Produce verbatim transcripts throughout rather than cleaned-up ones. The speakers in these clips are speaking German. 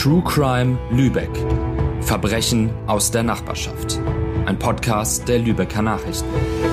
True Crime Lübeck. Verbrechen aus der Nachbarschaft. Ein Podcast der Lübecker Nachrichten.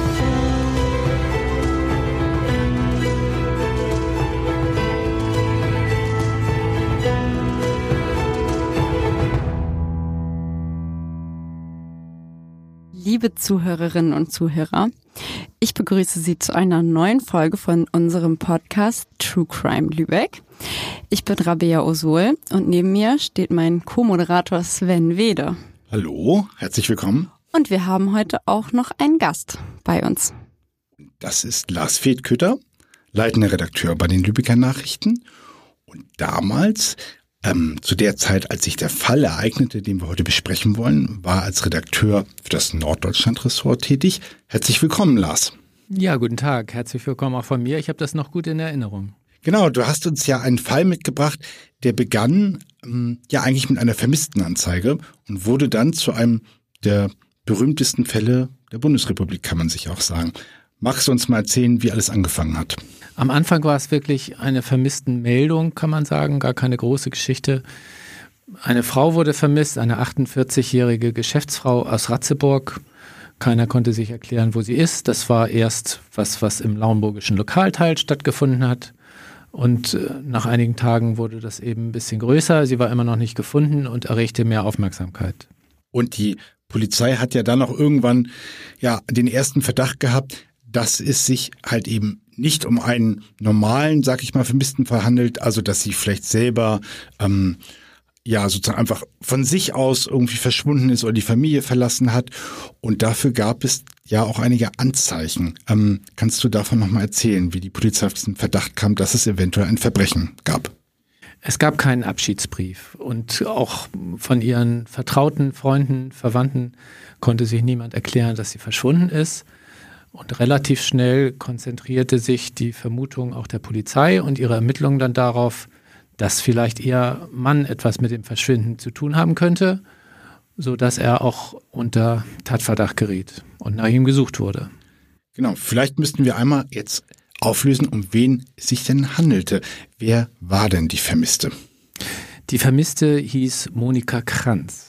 Liebe Zuhörerinnen und Zuhörer, ich begrüße Sie zu einer neuen Folge von unserem Podcast True Crime Lübeck. Ich bin Rabea Osul und neben mir steht mein Co-Moderator Sven Wede. Hallo, herzlich willkommen. Und wir haben heute auch noch einen Gast bei uns. Das ist Lars Fedkötter, leitender Redakteur bei den Lübecker Nachrichten. Und damals, ähm, zu der Zeit, als sich der Fall ereignete, den wir heute besprechen wollen, war er als Redakteur für das Norddeutschland-Ressort tätig. Herzlich willkommen, Lars. Ja, guten Tag. Herzlich willkommen auch von mir. Ich habe das noch gut in Erinnerung. Genau, du hast uns ja einen Fall mitgebracht, der begann ähm, ja eigentlich mit einer Vermisstenanzeige und wurde dann zu einem der berühmtesten Fälle der Bundesrepublik, kann man sich auch sagen. Magst du uns mal erzählen, wie alles angefangen hat? Am Anfang war es wirklich eine Vermisstenmeldung, kann man sagen, gar keine große Geschichte. Eine Frau wurde vermisst, eine achtundvierzigjährige Geschäftsfrau aus Ratzeburg. Keiner konnte sich erklären, wo sie ist. Das war erst was, was im lauenburgischen Lokalteil stattgefunden hat. Und nach einigen Tagen wurde das eben ein bisschen größer. Sie war immer noch nicht gefunden und erregte mehr Aufmerksamkeit. Und die Polizei hat ja dann auch irgendwann ja den ersten Verdacht gehabt, dass es sich halt eben nicht um einen normalen, sag ich mal, Vermisstenfall handelt, also dass sie vielleicht selber ähm, ja sozusagen einfach von sich aus irgendwie verschwunden ist oder die Familie verlassen hat. Und dafür gab es ja auch einige Anzeichen. Ähm, kannst du davon nochmal erzählen, wie die Polizei auf diesen Verdacht kam, dass es eventuell ein Verbrechen gab? Es gab keinen Abschiedsbrief und auch von ihren Vertrauten, Freunden, Verwandten konnte sich niemand erklären, dass sie verschwunden ist. Und relativ schnell konzentrierte sich die Vermutung auch der Polizei und ihre Ermittlungen dann darauf, dass vielleicht ihr Mann etwas mit dem Verschwinden zu tun haben könnte, sodass er auch unter Tatverdacht geriet und nach ihm gesucht wurde. Genau, vielleicht müssten wir einmal jetzt auflösen, um wen es sich denn handelte. Wer war denn die Vermisste? Die Vermisste hieß Monika Kranz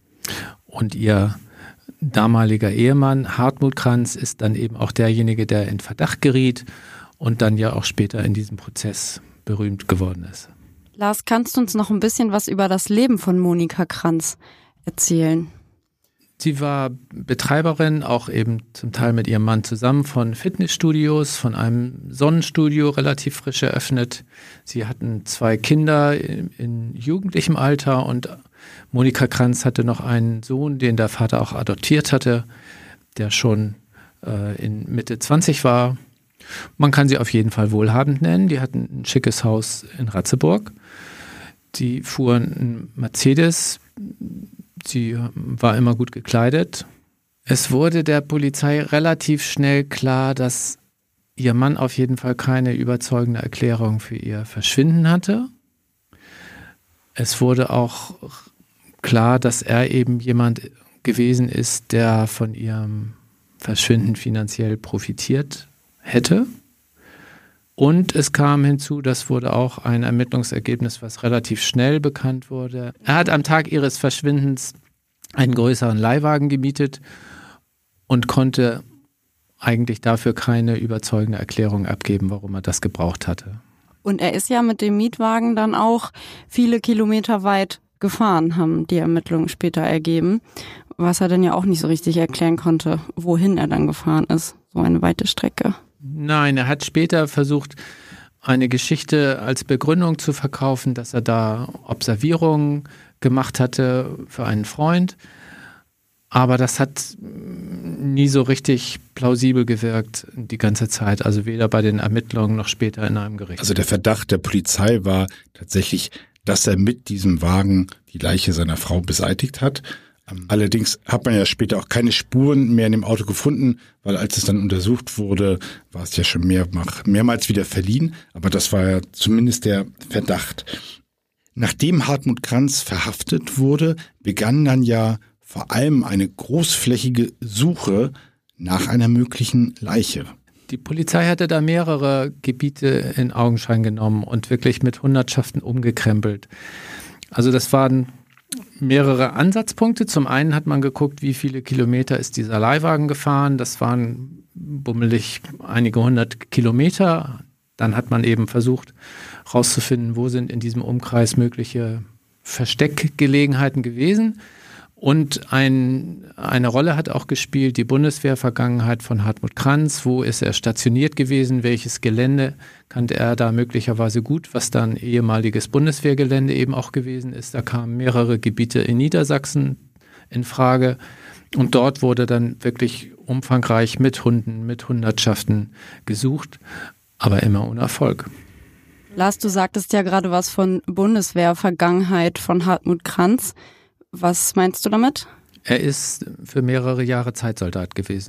und ihr damaliger Ehemann Hartmut Kranz ist dann eben auch derjenige, der in Verdacht geriet und dann ja auch später in diesem Prozess berühmt geworden ist. Lars, kannst du uns noch ein bisschen was über das Leben von Monika Kranz erzählen? Sie war Betreiberin, auch eben zum Teil mit ihrem Mann zusammen, von Fitnessstudios, von einem Sonnenstudio, relativ frisch eröffnet. Sie hatten zwei Kinder in, in jugendlichem Alter und Monika Kranz hatte noch einen Sohn, den der Vater auch adoptiert hatte, der schon äh, in Mitte zwanzig war. Man kann sie auf jeden Fall wohlhabend nennen. Die hatten ein schickes Haus in Ratzeburg. Sie fuhren einen Mercedes. Sie war immer gut gekleidet. Es wurde der Polizei relativ schnell klar, dass ihr Mann auf jeden Fall keine überzeugende Erklärung für ihr Verschwinden hatte. Es wurde auch klar, dass er eben jemand gewesen ist, der von ihrem Verschwinden finanziell profitiert hätte. Und es kam hinzu, das wurde auch ein Ermittlungsergebnis, was relativ schnell bekannt wurde. Er hat am Tag ihres Verschwindens einen größeren Leihwagen gemietet und konnte eigentlich dafür keine überzeugende Erklärung abgeben, warum er das gebraucht hatte. Und er ist ja mit dem Mietwagen dann auch viele Kilometer weit gefahren, haben die Ermittlungen später ergeben, was er dann ja auch nicht so richtig erklären konnte, wohin er dann gefahren ist, so eine weite Strecke. Nein, er hat später versucht, eine Geschichte als Begründung zu verkaufen, dass er da Observierungen gemacht hatte für einen Freund. Aber das hat nie so richtig plausibel gewirkt die ganze Zeit, also weder bei den Ermittlungen noch später in einem Gericht. Also der Verdacht der Polizei war tatsächlich, dass er mit diesem Wagen die Leiche seiner Frau beseitigt hat. Allerdings hat man ja später auch keine Spuren mehr in dem Auto gefunden, weil als es dann untersucht wurde, war es ja schon mehrmals, mehrmals wieder verliehen. Aber das war ja zumindest der Verdacht. Nachdem Hartmut Kranz verhaftet wurde, begann dann ja vor allem eine großflächige Suche nach einer möglichen Leiche. Die Polizei hatte da mehrere Gebiete in Augenschein genommen und wirklich mit Hundertschaften umgekrempelt. Also das waren mehrere Ansatzpunkte. Zum einen hat man geguckt, wie viele Kilometer ist dieser Leihwagen gefahren. Das waren bummelig einige hundert Kilometer. Dann hat man eben versucht herauszufinden, wo sind in diesem Umkreis mögliche Versteckgelegenheiten gewesen. Und ein, eine Rolle hat auch gespielt die Bundeswehr-Vergangenheit von Hartmut Kranz. Wo ist er stationiert gewesen? Welches Gelände kannte er da möglicherweise gut, was dann ehemaliges Bundeswehrgelände eben auch gewesen ist? Da kamen mehrere Gebiete in Niedersachsen in Frage. Und dort wurde dann wirklich umfangreich mit Hunden, mit Hundertschaften gesucht, aber immer ohne Erfolg. Lars, du sagtest ja gerade was von Bundeswehr-Vergangenheit von Hartmut Kranz. Was meinst du damit? Er ist für mehrere Jahre Zeitsoldat gewesen.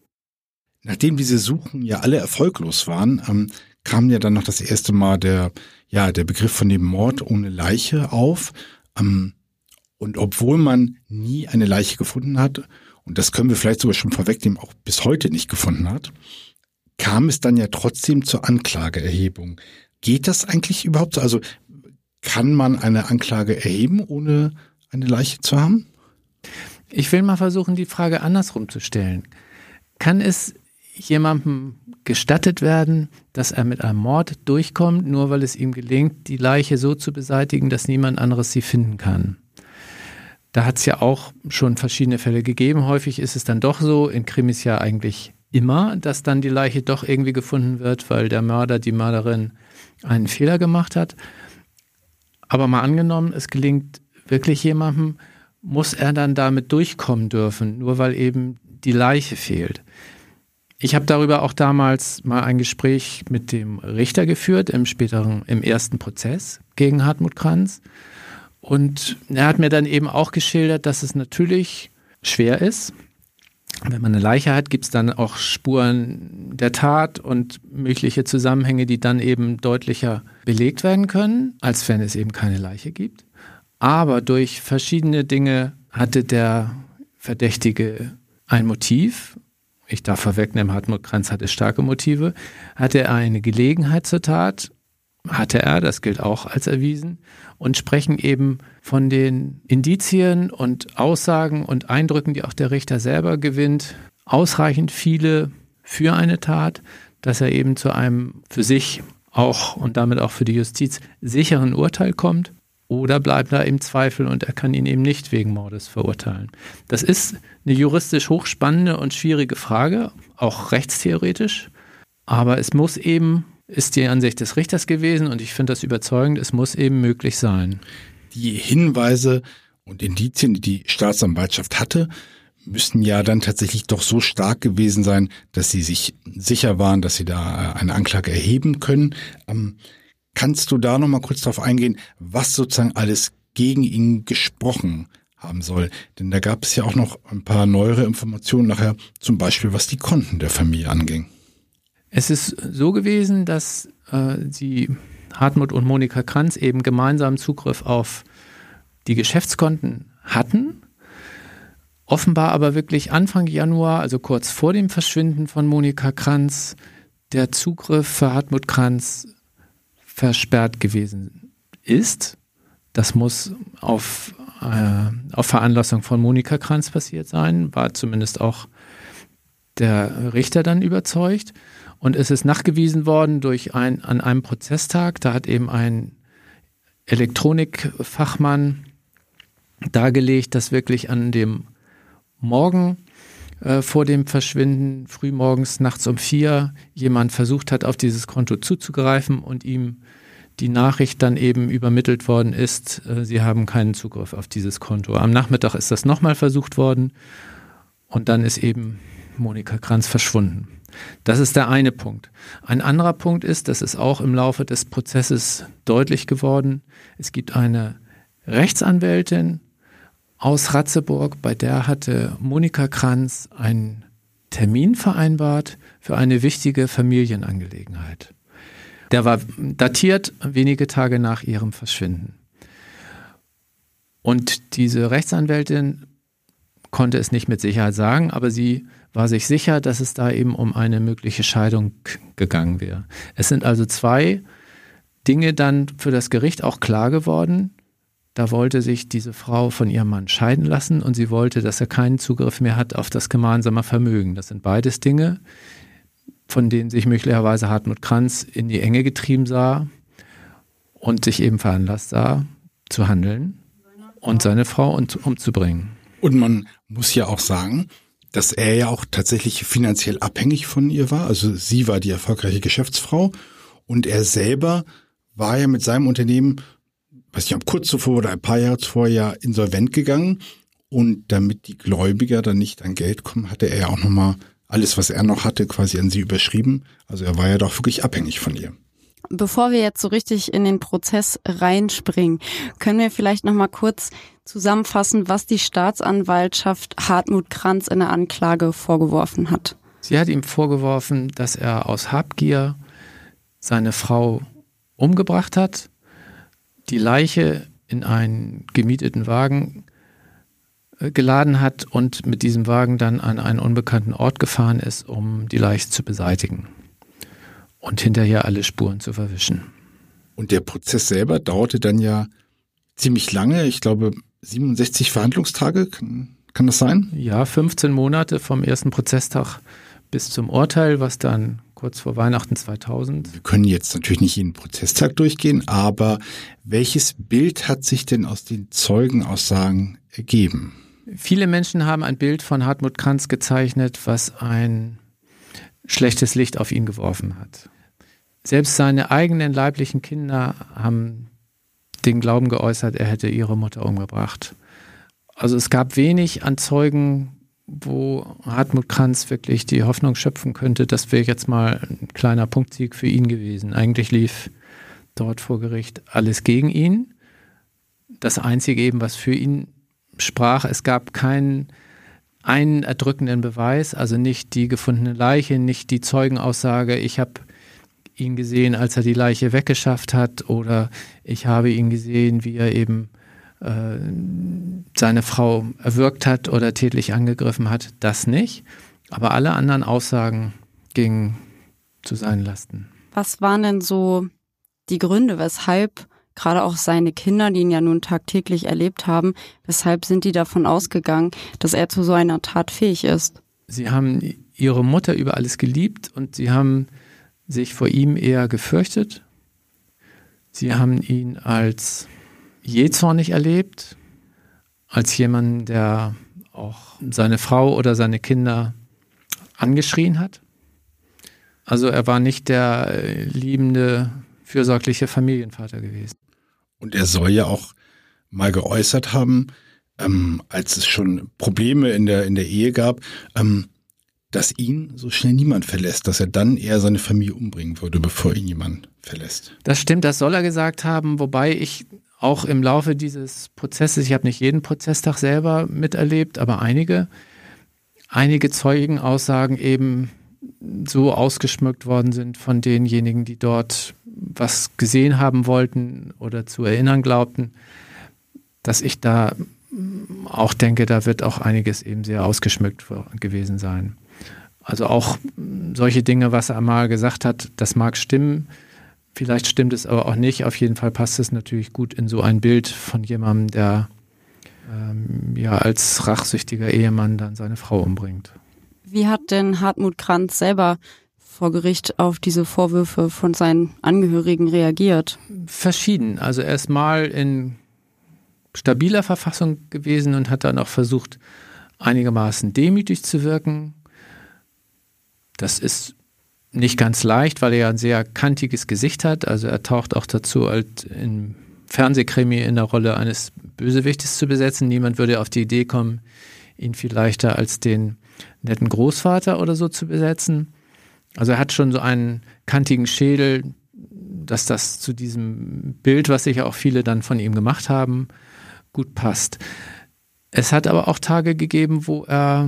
Nachdem diese Suchen ja alle erfolglos waren, ähm, kam ja dann noch das erste Mal der, ja, der Begriff von dem Mord ohne Leiche auf. Ähm, und obwohl man nie eine Leiche gefunden hat, und das können wir vielleicht sogar schon vorwegnehmen, auch bis heute nicht gefunden hat, kam es dann ja trotzdem zur Anklageerhebung. Geht das eigentlich überhaupt so? Also kann man eine Anklage erheben, ohne eine Leiche zu haben? Ich will mal versuchen, die Frage andersrum zu stellen. Kann es jemandem gestattet werden, dass er mit einem Mord durchkommt, nur weil es ihm gelingt, die Leiche so zu beseitigen, dass niemand anderes sie finden kann? Da hat es ja auch schon verschiedene Fälle gegeben. Häufig ist es dann doch so, in Krimis ja eigentlich immer, dass dann die Leiche doch irgendwie gefunden wird, weil der Mörder, die Mörderin einen Fehler gemacht hat. Aber mal angenommen, es gelingt wirklich jemandem, muss er dann damit durchkommen dürfen, nur weil eben die Leiche fehlt. Ich habe darüber auch damals mal ein Gespräch mit dem Richter geführt, im späteren, im ersten Prozess gegen Hartmut Kranz. Und er hat mir dann eben auch geschildert, dass es natürlich schwer ist. Wenn man eine Leiche hat, gibt es dann auch Spuren der Tat und mögliche Zusammenhänge, die dann eben deutlicher belegt werden können, als wenn es eben keine Leiche gibt. Aber durch verschiedene Dinge hatte der Verdächtige ein Motiv. Ich darf vorwegnehmen, Hartmut Kranz hatte starke Motive. Hatte er eine Gelegenheit zur Tat? Hatte er, das gilt auch als erwiesen. Und sprechen eben von den Indizien und Aussagen und Eindrücken, die auch der Richter selber gewinnt, ausreichend viele für eine Tat, dass er eben zu einem für sich auch und damit auch für die Justiz sicheren Urteil kommt. Oder bleibt er im Zweifel und er kann ihn eben nicht wegen Mordes verurteilen. Das ist eine juristisch hochspannende und schwierige Frage, auch rechtstheoretisch. Aber es muss eben, ist die Ansicht des Richters gewesen und ich finde das überzeugend, es muss eben möglich sein. Die Hinweise und Indizien, die die Staatsanwaltschaft hatte, müssten ja dann tatsächlich doch so stark gewesen sein, dass sie sich sicher waren, dass sie da eine Anklage erheben können. Ähm, Kannst du da noch mal kurz drauf eingehen, was sozusagen alles gegen ihn gesprochen haben soll? Denn da gab es ja auch noch ein paar neuere Informationen nachher, zum Beispiel was die Konten der Familie anging. Es ist so gewesen, dass äh, sie, Hartmut und Monika Kranz, eben gemeinsam Zugriff auf die Geschäftskonten hatten. Offenbar aber wirklich Anfang Januar, also kurz vor dem Verschwinden von Monika Kranz, der Zugriff für Hartmut Kranz versperrt gewesen ist. Das muss auf, äh, auf Veranlassung von Monika Kranz passiert sein, war zumindest auch der Richter dann überzeugt. Und es ist nachgewiesen worden durch ein, an einem Prozesstag, da hat eben ein Elektronikfachmann dargelegt, dass wirklich an dem Morgen äh, vor dem Verschwinden, frühmorgens, nachts um vier, jemand versucht hat, auf dieses Konto zuzugreifen und ihm die Nachricht dann eben übermittelt worden ist, äh, sie haben keinen Zugriff auf dieses Konto. Am Nachmittag ist das nochmal versucht worden und dann ist eben Monika Kranz verschwunden. Das ist der eine Punkt. Ein anderer Punkt ist, das ist auch im Laufe des Prozesses deutlich geworden, es gibt eine Rechtsanwältin aus Ratzeburg, bei der hatte Monika Kranz einen Termin vereinbart für eine wichtige Familienangelegenheit. Der war datiert wenige Tage nach ihrem Verschwinden. Und diese Rechtsanwältin konnte es nicht mit Sicherheit sagen, aber sie war sich sicher, dass es da eben um eine mögliche Scheidung gegangen wäre. Es sind also zwei Dinge dann für das Gericht auch klar geworden, Da wollte sich diese Frau von ihrem Mann scheiden lassen und sie wollte, dass er keinen Zugriff mehr hat auf das gemeinsame Vermögen. Das sind beides Dinge, von denen sich möglicherweise Hartmut Kranz in die Enge getrieben sah und sich eben veranlasst sah, zu handeln und seine Frau umzubringen. Und man muss ja auch sagen, dass er ja auch tatsächlich finanziell abhängig von ihr war. Also sie war die erfolgreiche Geschäftsfrau und er selber war ja mit seinem Unternehmen, weiß nicht, ob kurz zuvor oder ein paar Jahre zuvor ja insolvent gegangen. Und damit die Gläubiger dann nicht an Geld kommen, hatte er ja auch nochmal alles, was er noch hatte, quasi an sie überschrieben. Also er war ja doch wirklich abhängig von ihr. Bevor wir jetzt so richtig in den Prozess reinspringen, können wir vielleicht noch mal kurz zusammenfassen, was die Staatsanwaltschaft Hartmut Kranz in der Anklage vorgeworfen hat. Sie hat ihm vorgeworfen, dass er aus Habgier seine Frau umgebracht hat, die Leiche in einen gemieteten Wagen geladen hat und mit diesem Wagen dann an einen unbekannten Ort gefahren ist, um die Leiche zu beseitigen und hinterher alle Spuren zu verwischen. Und der Prozess selber dauerte dann ja ziemlich lange, ich glaube siebenundsechzig Verhandlungstage, kann, kann das sein? Ja, fünfzehn Monate vom ersten Prozesstag bis zum Urteil, was dann kurz vor Weihnachten zweitausend. Wir können jetzt natürlich nicht jeden Prozesstag durchgehen, aber welches Bild hat sich denn aus den Zeugenaussagen ergeben? Viele Menschen haben ein Bild von Hartmut Kranz gezeichnet, was ein schlechtes Licht auf ihn geworfen hat. Selbst seine eigenen leiblichen Kinder haben den Glauben geäußert, er hätte ihre Mutter umgebracht. Also es gab wenig an Zeugen, wo Hartmut Kranz wirklich die Hoffnung schöpfen könnte, das wäre jetzt mal ein kleiner Punktsieg für ihn gewesen. Eigentlich lief dort vor Gericht alles gegen ihn. Das Einzige eben, was für ihn sprach, es gab keinen einen erdrückenden Beweis, also nicht die gefundene Leiche, nicht die Zeugenaussage, ich habe ihn gesehen, als er die Leiche weggeschafft hat, oder ich habe ihn gesehen, wie er eben äh, seine Frau erwürgt hat oder tätlich angegriffen hat, das nicht. Aber alle anderen Aussagen gingen zu seinen Lasten. Was waren denn so die Gründe, weshalb gerade auch seine Kinder, die ihn ja nun tagtäglich erlebt haben, weshalb sind die davon ausgegangen, dass er zu so einer Tat fähig ist? Sie haben ihre Mutter über alles geliebt und sie haben sich vor ihm eher gefürchtet. Sie haben ihn als jähzornig erlebt, als jemanden, der auch seine Frau oder seine Kinder angeschrien hat. Also er war nicht der liebende, fürsorgliche Familienvater gewesen. Und er soll ja auch mal geäußert haben, ähm, als es schon Probleme in der, in der Ehe gab, ähm, dass ihn so schnell niemand verlässt, dass er dann eher seine Familie umbringen würde, bevor ihn jemand verlässt. Das stimmt, das soll er gesagt haben, wobei ich auch im Laufe dieses Prozesses, ich habe nicht jeden Prozesstag selber miterlebt, aber einige, einige Zeugenaussagen eben so ausgeschmückt worden sind von denjenigen, die dort was gesehen haben wollten oder zu erinnern glaubten, dass ich da auch denke, da wird auch einiges eben sehr ausgeschmückt gewesen sein. Also auch solche Dinge, was er mal gesagt hat, das mag stimmen, vielleicht stimmt es aber auch nicht. Auf jeden Fall passt es natürlich gut in so ein Bild von jemandem, der ähm, ja als rachsüchtiger Ehemann dann seine Frau umbringt. Wie hat denn Hartmut Kranz selber vor Gericht auf diese Vorwürfe von seinen Angehörigen reagiert? Verschieden. Also er ist mal in stabiler Verfassung gewesen und hat dann auch versucht, einigermaßen demütig zu wirken. Das ist nicht ganz leicht, weil er ja ein sehr kantiges Gesicht hat. Also er taucht auch dazu, halt im Fernsehkrimi in der Rolle eines Bösewichtes zu besetzen. Niemand würde auf die Idee kommen, ihn viel leichter als den netten Großvater oder so zu besetzen. Also er hat schon so einen kantigen Schädel, dass das zu diesem Bild, was sich auch viele dann von ihm gemacht haben, gut passt. Es hat aber auch Tage gegeben, wo er,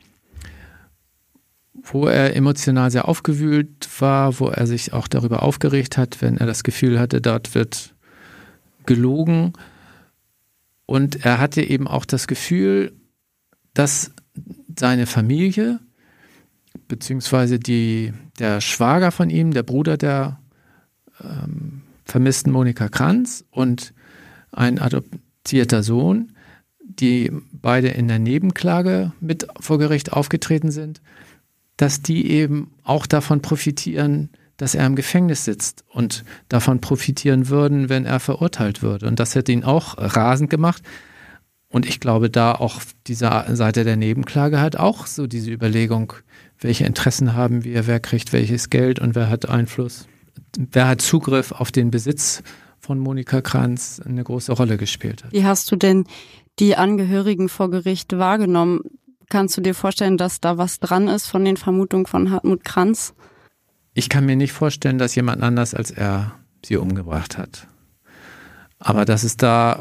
wo er emotional sehr aufgewühlt war, wo er sich auch darüber aufgeregt hat, wenn er das Gefühl hatte, dort wird gelogen. Und er hatte eben auch das Gefühl, dass seine Familie, beziehungsweise die, der Schwager von ihm, der Bruder der ähm, vermissten Monika Kranz und ein Adop- adoptierter Sohn, die beide in der Nebenklage mit vor Gericht aufgetreten sind, dass die eben auch davon profitieren, dass er im Gefängnis sitzt und davon profitieren würden, wenn er verurteilt würde. Und das hätte ihn auch rasend gemacht. Und ich glaube, da auch diese Seite der Nebenklage hat auch so diese Überlegung, welche Interessen haben wir, wer kriegt welches Geld und wer hat Einfluss, wer hat Zugriff auf den Besitz von Monika Kranz, eine große Rolle gespielt hat. Wie hast du denn die Angehörigen vor Gericht wahrgenommen? Kannst du dir vorstellen, dass da was dran ist von den Vermutungen von Hartmut Kranz? Ich kann mir nicht vorstellen, dass jemand anders als er sie umgebracht hat. Aber dass es da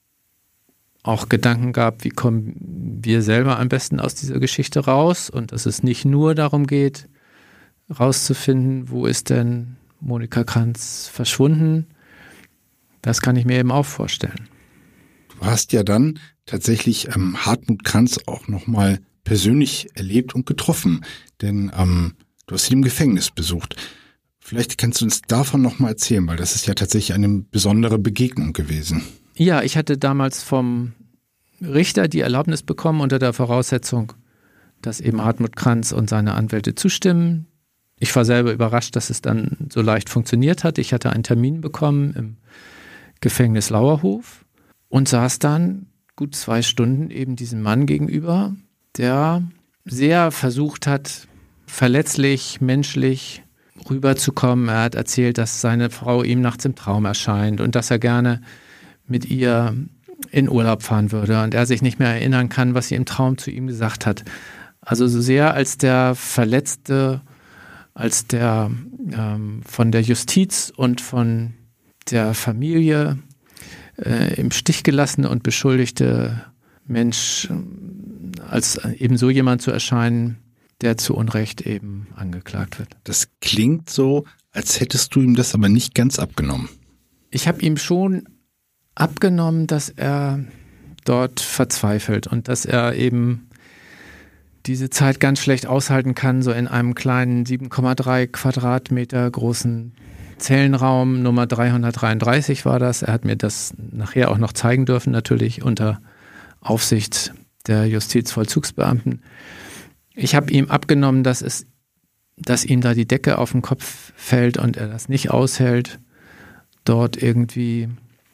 auch Gedanken gab, wie kommen wir selber am besten aus dieser Geschichte raus und dass es nicht nur darum geht, rauszufinden, wo ist denn Monika Kranz verschwunden, das kann ich mir eben auch vorstellen. Du hast ja dann tatsächlich ähm, Hartmut Kranz auch nochmal persönlich erlebt und getroffen, denn ähm, du hast ihn im Gefängnis besucht. Vielleicht kannst du uns davon nochmal erzählen, weil das ist ja tatsächlich eine besondere Begegnung gewesen. Ja, ich hatte damals vom Richter die Erlaubnis bekommen unter der Voraussetzung, dass eben Hartmut Kranz und seine Anwälte zustimmen. Ich war selber überrascht, dass es dann so leicht funktioniert hat. Ich hatte einen Termin bekommen im Gefängnis Lauerhof und saß dann gut zwei Stunden eben diesem Mann gegenüber, der sehr versucht hat, verletzlich, menschlich rüberzukommen. Er hat erzählt, dass seine Frau ihm nachts im Traum erscheint und dass er gerne mit ihr in Urlaub fahren würde und er sich nicht mehr erinnern kann, was sie im Traum zu ihm gesagt hat. Also so sehr als der Verletzte, als der ähm, von der Justiz und von der Familie äh, im Stich gelassene und beschuldigte Mensch, als eben so jemand zu erscheinen, der zu Unrecht eben angeklagt wird. Das klingt so, als hättest du ihm das aber nicht ganz abgenommen. Ich habe ihm schon abgenommen, dass er dort verzweifelt und dass er eben diese Zeit ganz schlecht aushalten kann, so in einem kleinen sieben Komma drei Quadratmeter großen Zellenraum, Nummer dreihundertdreiunddreißig war das. Er hat mir das nachher auch noch zeigen dürfen, natürlich unter Aufsicht der Justizvollzugsbeamten. Ich habe ihm abgenommen, dass es, dass ihm da die Decke auf den Kopf fällt und er das nicht aushält, dort irgendwie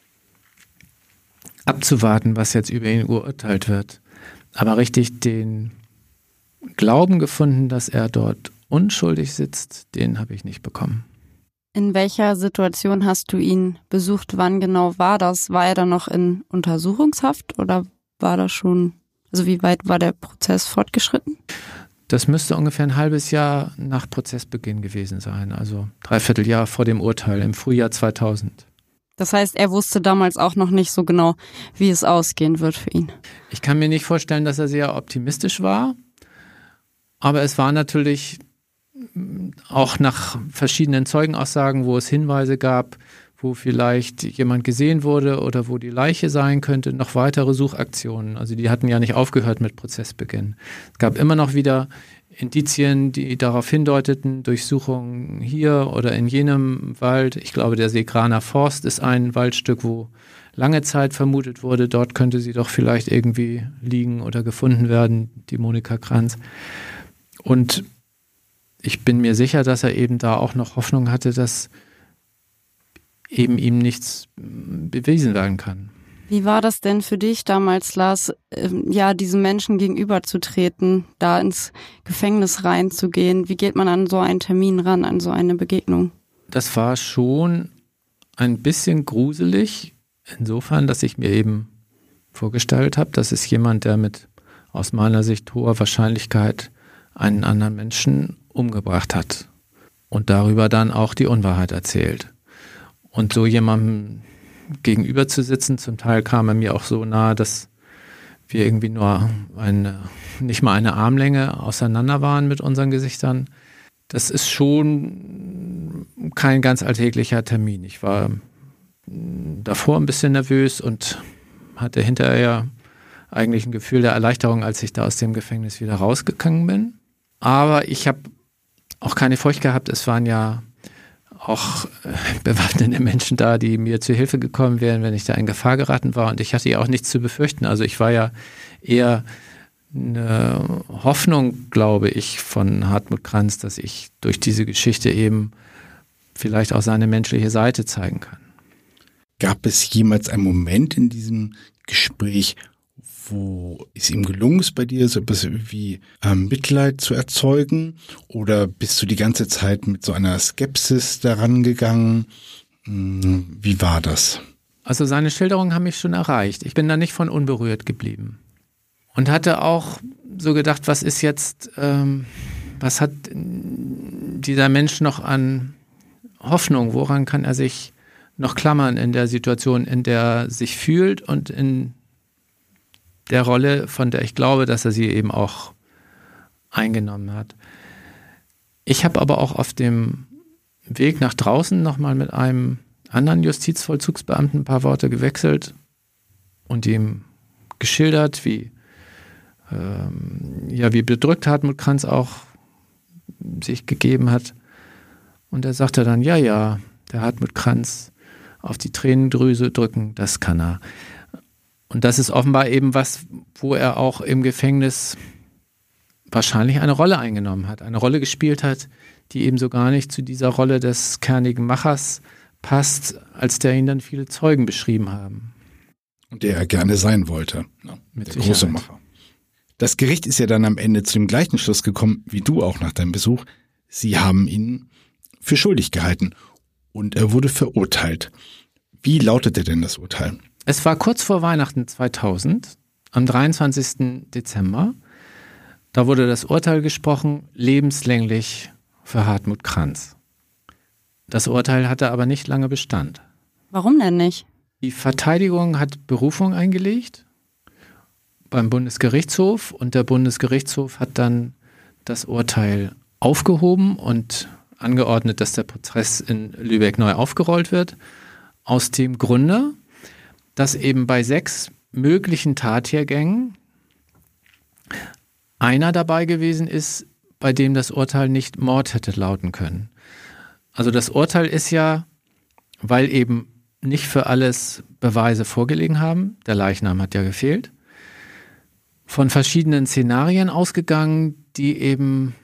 abzuwarten, was jetzt über ihn geurteilt wird. Aber richtig den Glauben gefunden, dass er dort unschuldig sitzt, den habe ich nicht bekommen. In welcher Situation hast du ihn besucht? Wann genau war das? War er dann noch in Untersuchungshaft oder war das schon, also wie weit war der Prozess fortgeschritten? Das müsste ungefähr ein halbes Jahr nach Prozessbeginn gewesen sein, also dreiviertel Jahr vor dem Urteil im Frühjahr zweitausend. Das heißt, er wusste damals auch noch nicht so genau, wie es ausgehen wird für ihn. Ich kann mir nicht vorstellen, dass er sehr optimistisch war, aber es war natürlich auch nach verschiedenen Zeugenaussagen, wo es Hinweise gab, wo vielleicht jemand gesehen wurde oder wo die Leiche sein könnte, noch weitere Suchaktionen. Also die hatten ja nicht aufgehört mit Prozessbeginn. Es gab immer noch wieder Indizien, die darauf hindeuteten, Durchsuchungen hier oder in jenem Wald. Ich glaube, der Seegraner Forst ist ein Waldstück, wo lange Zeit vermutet wurde, dort könnte sie doch vielleicht irgendwie liegen oder gefunden werden, die Monika Kranz. Und ich bin mir sicher, dass er eben da auch noch Hoffnung hatte, dass eben ihm nichts bewiesen werden kann. Wie war das denn für dich damals, Lars, ja, diesem Menschen gegenüberzutreten, da ins Gefängnis reinzugehen? Wie geht man an so einen Termin ran, an so eine Begegnung? Das war schon ein bisschen gruselig, insofern, dass ich mir eben vorgestellt habe, das ist jemand, der mit aus meiner Sicht hoher Wahrscheinlichkeit einen anderen Menschen umgebracht hat und darüber dann auch die Unwahrheit erzählt. Und so jemandem gegenüber zu sitzen, zum Teil kam er mir auch so nahe, dass wir irgendwie nur eine, nicht mal eine Armlänge auseinander waren mit unseren Gesichtern. Das ist schon kein ganz alltäglicher Termin. Ich war davor ein bisschen nervös und hatte hinterher eigentlich ein Gefühl der Erleichterung, als ich da aus dem Gefängnis wieder rausgegangen bin. Aber ich habe auch keine Furcht gehabt. Es waren ja auch äh, bewaffnete Menschen da, die mir zu Hilfe gekommen wären, wenn ich da in Gefahr geraten war. Und ich hatte ja auch nichts zu befürchten. Also ich war ja eher eine Hoffnung, glaube ich, von Hartmut Kranz, dass ich durch diese Geschichte eben vielleicht auch seine menschliche Seite zeigen kann. Gab es jemals einen Moment in diesem Gespräch, wo es ihm gelungen ist, bei dir so etwas wie ähm, Mitleid zu erzeugen? Oder bist du die ganze Zeit mit so einer Skepsis daran gegangen? Hm, wie war das? Also seine Schilderungen haben mich schon erreicht. Ich bin da nicht von unberührt geblieben. Und hatte auch so gedacht, was ist jetzt, ähm, was hat dieser Mensch noch an Hoffnung? Woran kann er sich noch klammern in der Situation, in der er sich fühlt und in der Rolle, von der ich glaube, dass er sie eben auch eingenommen hat. Ich habe aber auch auf dem Weg nach draußen nochmal mit einem anderen Justizvollzugsbeamten ein paar Worte gewechselt und ihm geschildert, wie ja, wie bedrückt Hartmut Kranz auch sich gegeben hat. Und er sagte dann, ja, ja, der Hartmut Kranz auf die Tränendrüse drücken, das kann er. Und das ist offenbar eben was, wo er auch im Gefängnis wahrscheinlich eine Rolle eingenommen hat, eine Rolle gespielt hat, die eben so gar nicht zu dieser Rolle des kernigen Machers passt, als der ihn dann viele Zeugen beschrieben haben. Und der er gerne sein wollte, ne? Mit der Sicherheit. Große Macher. Das Gericht ist ja dann am Ende zu dem gleichen Schluss gekommen, wie du auch nach deinem Besuch. Sie haben ihn für schuldig gehalten und er wurde verurteilt. Wie lautete denn das Urteil? Es war kurz vor Weihnachten zweitausend, am dreiundzwanzigsten Dezember. Da wurde das Urteil gesprochen, lebenslänglich für Hartmut Kranz. Das Urteil hatte aber nicht lange Bestand. Warum denn nicht? Die Verteidigung hat Berufung eingelegt beim Bundesgerichtshof und der Bundesgerichtshof hat dann das Urteil aufgehoben und angeordnet, dass der Prozess in Lübeck neu aufgerollt wird. Aus dem Grunde, dass eben bei sechs möglichen Tathergängen einer dabei gewesen ist, bei dem das Urteil nicht Mord hätte lauten können. Also das Urteil ist ja, weil eben nicht für alles Beweise vorgelegen haben, der Leichnam hat ja gefehlt, von verschiedenen Szenarien ausgegangen, die eben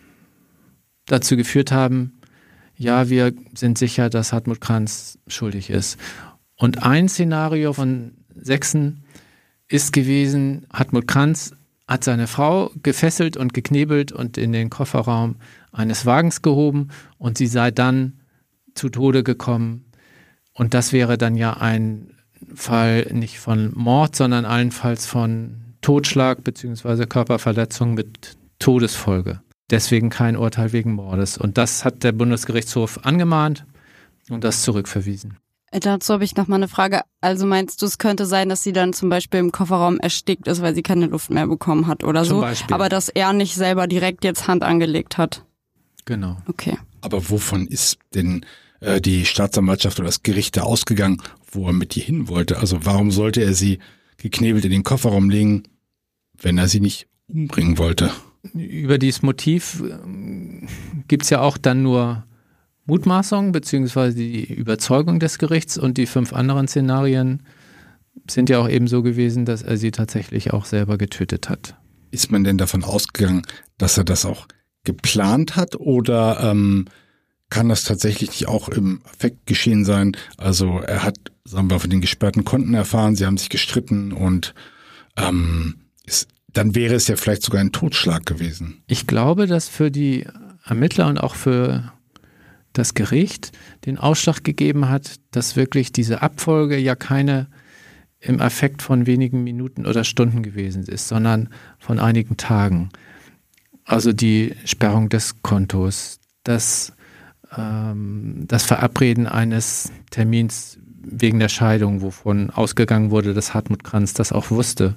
dazu geführt haben, ja, wir sind sicher, dass Hartmut Kranz schuldig ist. Und ein Szenario von sechsen ist gewesen, Hartmut Kranz hat seine Frau gefesselt und geknebelt und in den Kofferraum eines Wagens gehoben und sie sei dann zu Tode gekommen. Und das wäre dann ja ein Fall nicht von Mord, sondern allenfalls von Totschlag bzw. Körperverletzung mit Todesfolge. Deswegen kein Urteil wegen Mordes. Und das hat der Bundesgerichtshof angemahnt und das zurückverwiesen. Dazu habe ich noch mal eine Frage. Also meinst du, es könnte sein, dass sie dann zum Beispiel im Kofferraum erstickt ist, weil sie keine Luft mehr bekommen hat oder Zum so? Beispiel. Aber dass er nicht selber direkt jetzt Hand angelegt hat? Genau. Okay. Aber wovon ist denn äh, die Staatsanwaltschaft oder das Gericht da ausgegangen, wo er mit ihr hin wollte? Also warum sollte er sie geknebelt in den Kofferraum legen, wenn er sie nicht umbringen wollte? Über dieses Motiv gibt es ja auch dann nur Mutmaßungen beziehungsweise die Überzeugung des Gerichts und die fünf anderen Szenarien sind ja auch eben so gewesen, dass er sie tatsächlich auch selber getötet hat. Ist man denn davon ausgegangen, dass er das auch geplant hat oder ähm, kann das tatsächlich nicht auch im Affekt geschehen sein? Also er hat, sagen wir, von den gesperrten Konten erfahren, sie haben sich gestritten und ähm, ist, dann wäre es ja vielleicht sogar ein Totschlag gewesen. Ich glaube, dass für die Ermittler und auch für das Gericht den Ausschlag gegeben hat, dass wirklich diese Abfolge ja keine im Affekt von wenigen Minuten oder Stunden gewesen ist, sondern von einigen Tagen. Also die Sperrung des Kontos, das, ähm, das Verabreden eines Termins wegen der Scheidung, wovon ausgegangen wurde, dass Hartmut Kranz das auch wusste.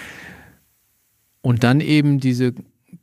Und dann eben diese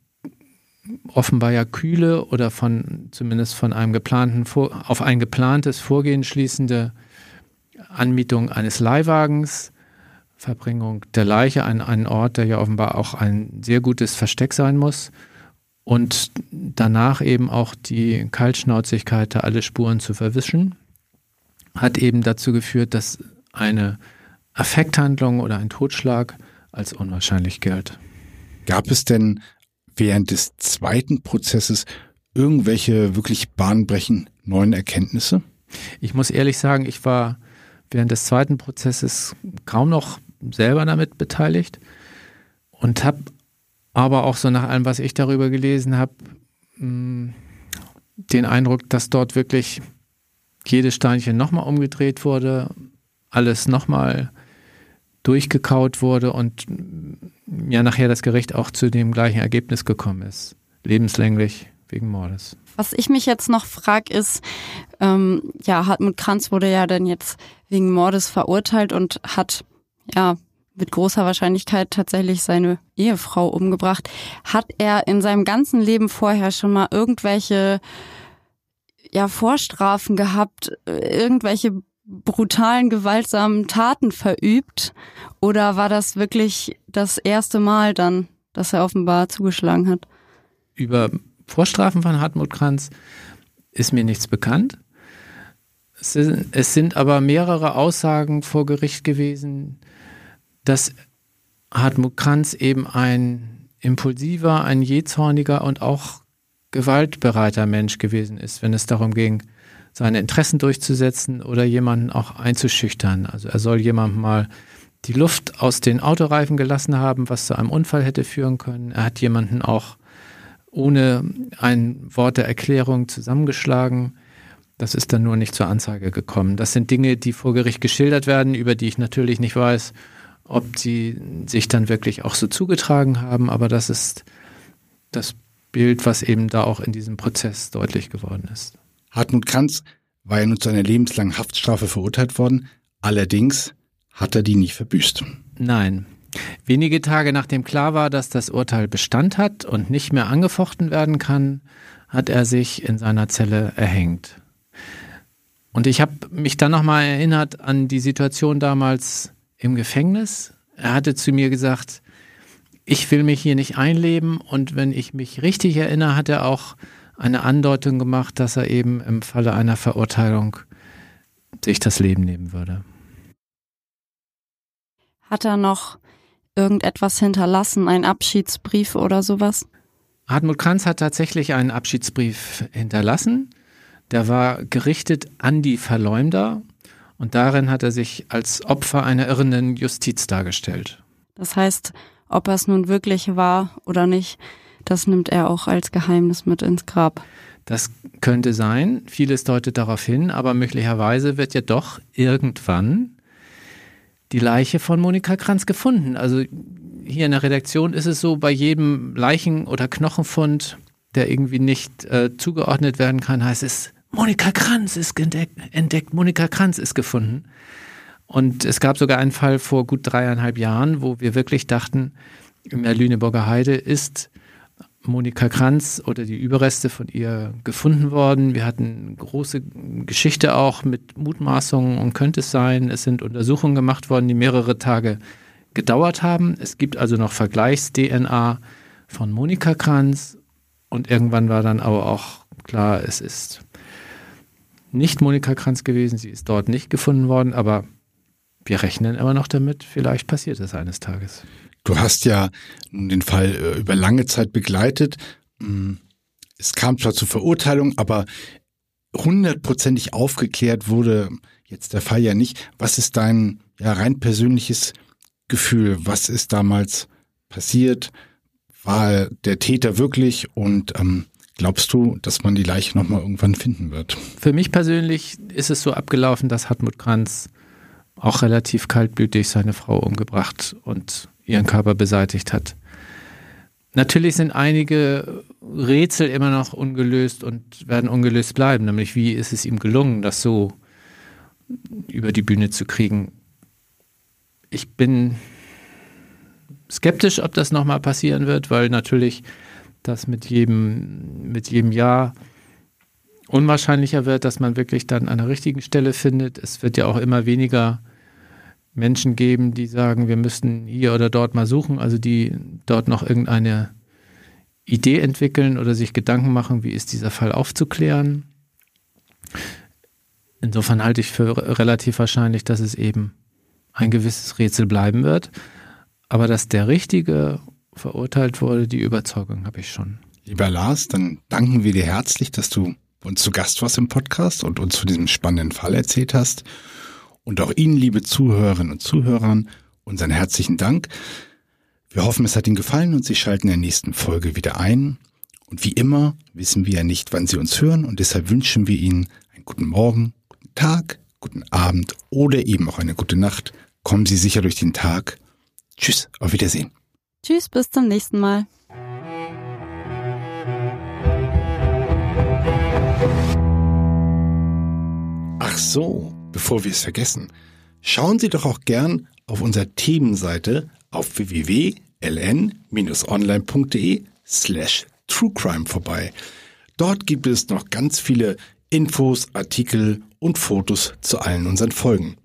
offenbar ja kühle oder von zumindest von einem geplanten Vor- auf ein geplantes Vorgehen schließende Anmietung eines Leihwagens, Verbringung der Leiche an einen Ort, der ja offenbar auch ein sehr gutes Versteck sein muss und danach eben auch die Kaltschnäuzigkeit, da alle Spuren zu verwischen, hat eben dazu geführt, dass eine Affekthandlung oder ein Totschlag als unwahrscheinlich gilt. Gab es denn während des zweiten Prozesses irgendwelche wirklich bahnbrechend neuen Erkenntnisse? Ich muss ehrlich sagen, ich war während des zweiten Prozesses kaum noch selber damit beteiligt und habe aber auch so nach allem, was ich darüber gelesen habe, den Eindruck, dass dort wirklich jedes Steinchen nochmal umgedreht wurde, alles nochmal durchgekaut wurde und ja nachher das Gericht auch zu dem gleichen Ergebnis gekommen ist. Lebenslänglich wegen Mordes. Was ich mich jetzt noch frage ist, ähm, ja, Hartmut Kranz wurde ja dann jetzt wegen Mordes verurteilt und hat ja mit großer Wahrscheinlichkeit tatsächlich seine Ehefrau umgebracht. Hat er in seinem ganzen Leben vorher schon mal irgendwelche ja Vorstrafen gehabt, irgendwelche brutalen, gewaltsamen Taten verübt? Oder war das wirklich das erste Mal dann, dass er offenbar zugeschlagen hat? Über Vorstrafen von Hartmut Kranz ist mir nichts bekannt. Es sind, es sind aber mehrere Aussagen vor Gericht gewesen, dass Hartmut Kranz eben ein impulsiver, ein jähzorniger und auch gewaltbereiter Mensch gewesen ist, wenn es darum ging, seine Interessen durchzusetzen oder jemanden auch einzuschüchtern. Also er soll jemandem mal die Luft aus den Autoreifen gelassen haben, was zu einem Unfall hätte führen können. Er hat jemanden auch ohne ein Wort der Erklärung zusammengeschlagen. Das ist dann nur nicht zur Anzeige gekommen. Das sind Dinge, die vor Gericht geschildert werden, über die ich natürlich nicht weiß, ob sie sich dann wirklich auch so zugetragen haben. Aber das ist das Bild, was eben da auch in diesem Prozess deutlich geworden ist. Hartmut Kranz war ja nun zu einer lebenslangen Haftstrafe verurteilt worden. Allerdings hat er die nicht verbüßt. Nein. Wenige Tage nachdem klar war, dass das Urteil Bestand hat und nicht mehr angefochten werden kann, hat er sich in seiner Zelle erhängt. Und ich habe mich dann nochmal erinnert an die Situation damals im Gefängnis. Er hatte zu mir gesagt, ich will mich hier nicht einleben, und wenn ich mich richtig erinnere, hat er auch eine Andeutung gemacht, dass er eben im Falle einer Verurteilung sich das Leben nehmen würde. Hat er noch irgendetwas hinterlassen, einen Abschiedsbrief oder sowas? Hartmut Kranz hat tatsächlich einen Abschiedsbrief hinterlassen. Der war gerichtet an die Verleumder und darin hat er sich als Opfer einer irrenden Justiz dargestellt. Das heißt, ob er es nun wirklich war oder nicht, das nimmt er auch als Geheimnis mit ins Grab. Das könnte sein, vieles deutet darauf hin, aber möglicherweise wird ja doch irgendwann die Leiche von Monika Kranz gefunden. Also hier in der Redaktion ist es so, bei jedem Leichen- oder Knochenfund, der irgendwie nicht äh, zugeordnet werden kann, heißt es, Monika Kranz ist entdeckt, entdeckt, Monika Kranz ist gefunden. Und es gab sogar einen Fall vor gut dreieinhalb Jahren, wo wir wirklich dachten, in der Lüneburger Heide ist Monika Kranz oder die Überreste von ihr gefunden worden. Wir hatten große Geschichte auch mit Mutmaßungen und könnte es sein. Es sind Untersuchungen gemacht worden, die mehrere Tage gedauert haben. Es gibt also noch Vergleichs-D N A von Monika Kranz und irgendwann war dann aber auch klar, es ist nicht Monika Kranz gewesen. Sie ist dort nicht gefunden worden, aber wir rechnen immer noch damit, vielleicht passiert es eines Tages. Du hast ja nun den Fall äh, über lange Zeit begleitet. Es kam zwar zur Verurteilung, aber hundertprozentig aufgeklärt wurde jetzt der Fall ja nicht. Was ist dein ja, rein persönliches Gefühl? Was ist damals passiert? War der Täter wirklich? Und ähm, glaubst du, dass man die Leiche nochmal irgendwann finden wird? Für mich persönlich ist es so abgelaufen, dass Hartmut Kranz auch relativ kaltblütig seine Frau umgebracht und ihren Körper beseitigt hat. Natürlich sind einige Rätsel immer noch ungelöst und werden ungelöst bleiben, nämlich wie ist es ihm gelungen, das so über die Bühne zu kriegen. Ich bin skeptisch, ob das nochmal passieren wird, weil natürlich das mit jedem, mit jedem Jahr unwahrscheinlicher wird, dass man wirklich dann an der richtigen Stelle findet. Es wird ja auch immer weniger Menschen geben, die sagen, wir müssten hier oder dort mal suchen, also die dort noch irgendeine Idee entwickeln oder sich Gedanken machen, wie ist dieser Fall aufzuklären. Insofern halte ich für relativ wahrscheinlich, dass es eben ein gewisses Rätsel bleiben wird. Aber dass der Richtige verurteilt wurde, die Überzeugung habe ich schon. Lieber Lars, dann danken wir dir herzlich, dass du uns zu Gast warst im Podcast und uns von diesem spannenden Fall erzählt hast. Und auch Ihnen, liebe Zuhörerinnen und Zuhörern, unseren herzlichen Dank. Wir hoffen, es hat Ihnen gefallen und Sie schalten in der nächsten Folge wieder ein. Und wie immer wissen wir ja nicht, wann Sie uns hören und deshalb wünschen wir Ihnen einen guten Morgen, guten Tag, guten Abend oder eben auch eine gute Nacht. Kommen Sie sicher durch den Tag. Tschüss, auf Wiedersehen. Tschüss, bis zum nächsten Mal. Ach so, bevor wir es vergessen, schauen Sie doch auch gern auf unserer Themenseite auf w w w punkt l n dash online punkt d e slash truecrime vorbei. Dort gibt es noch ganz viele Infos, Artikel und Fotos zu allen unseren Folgen.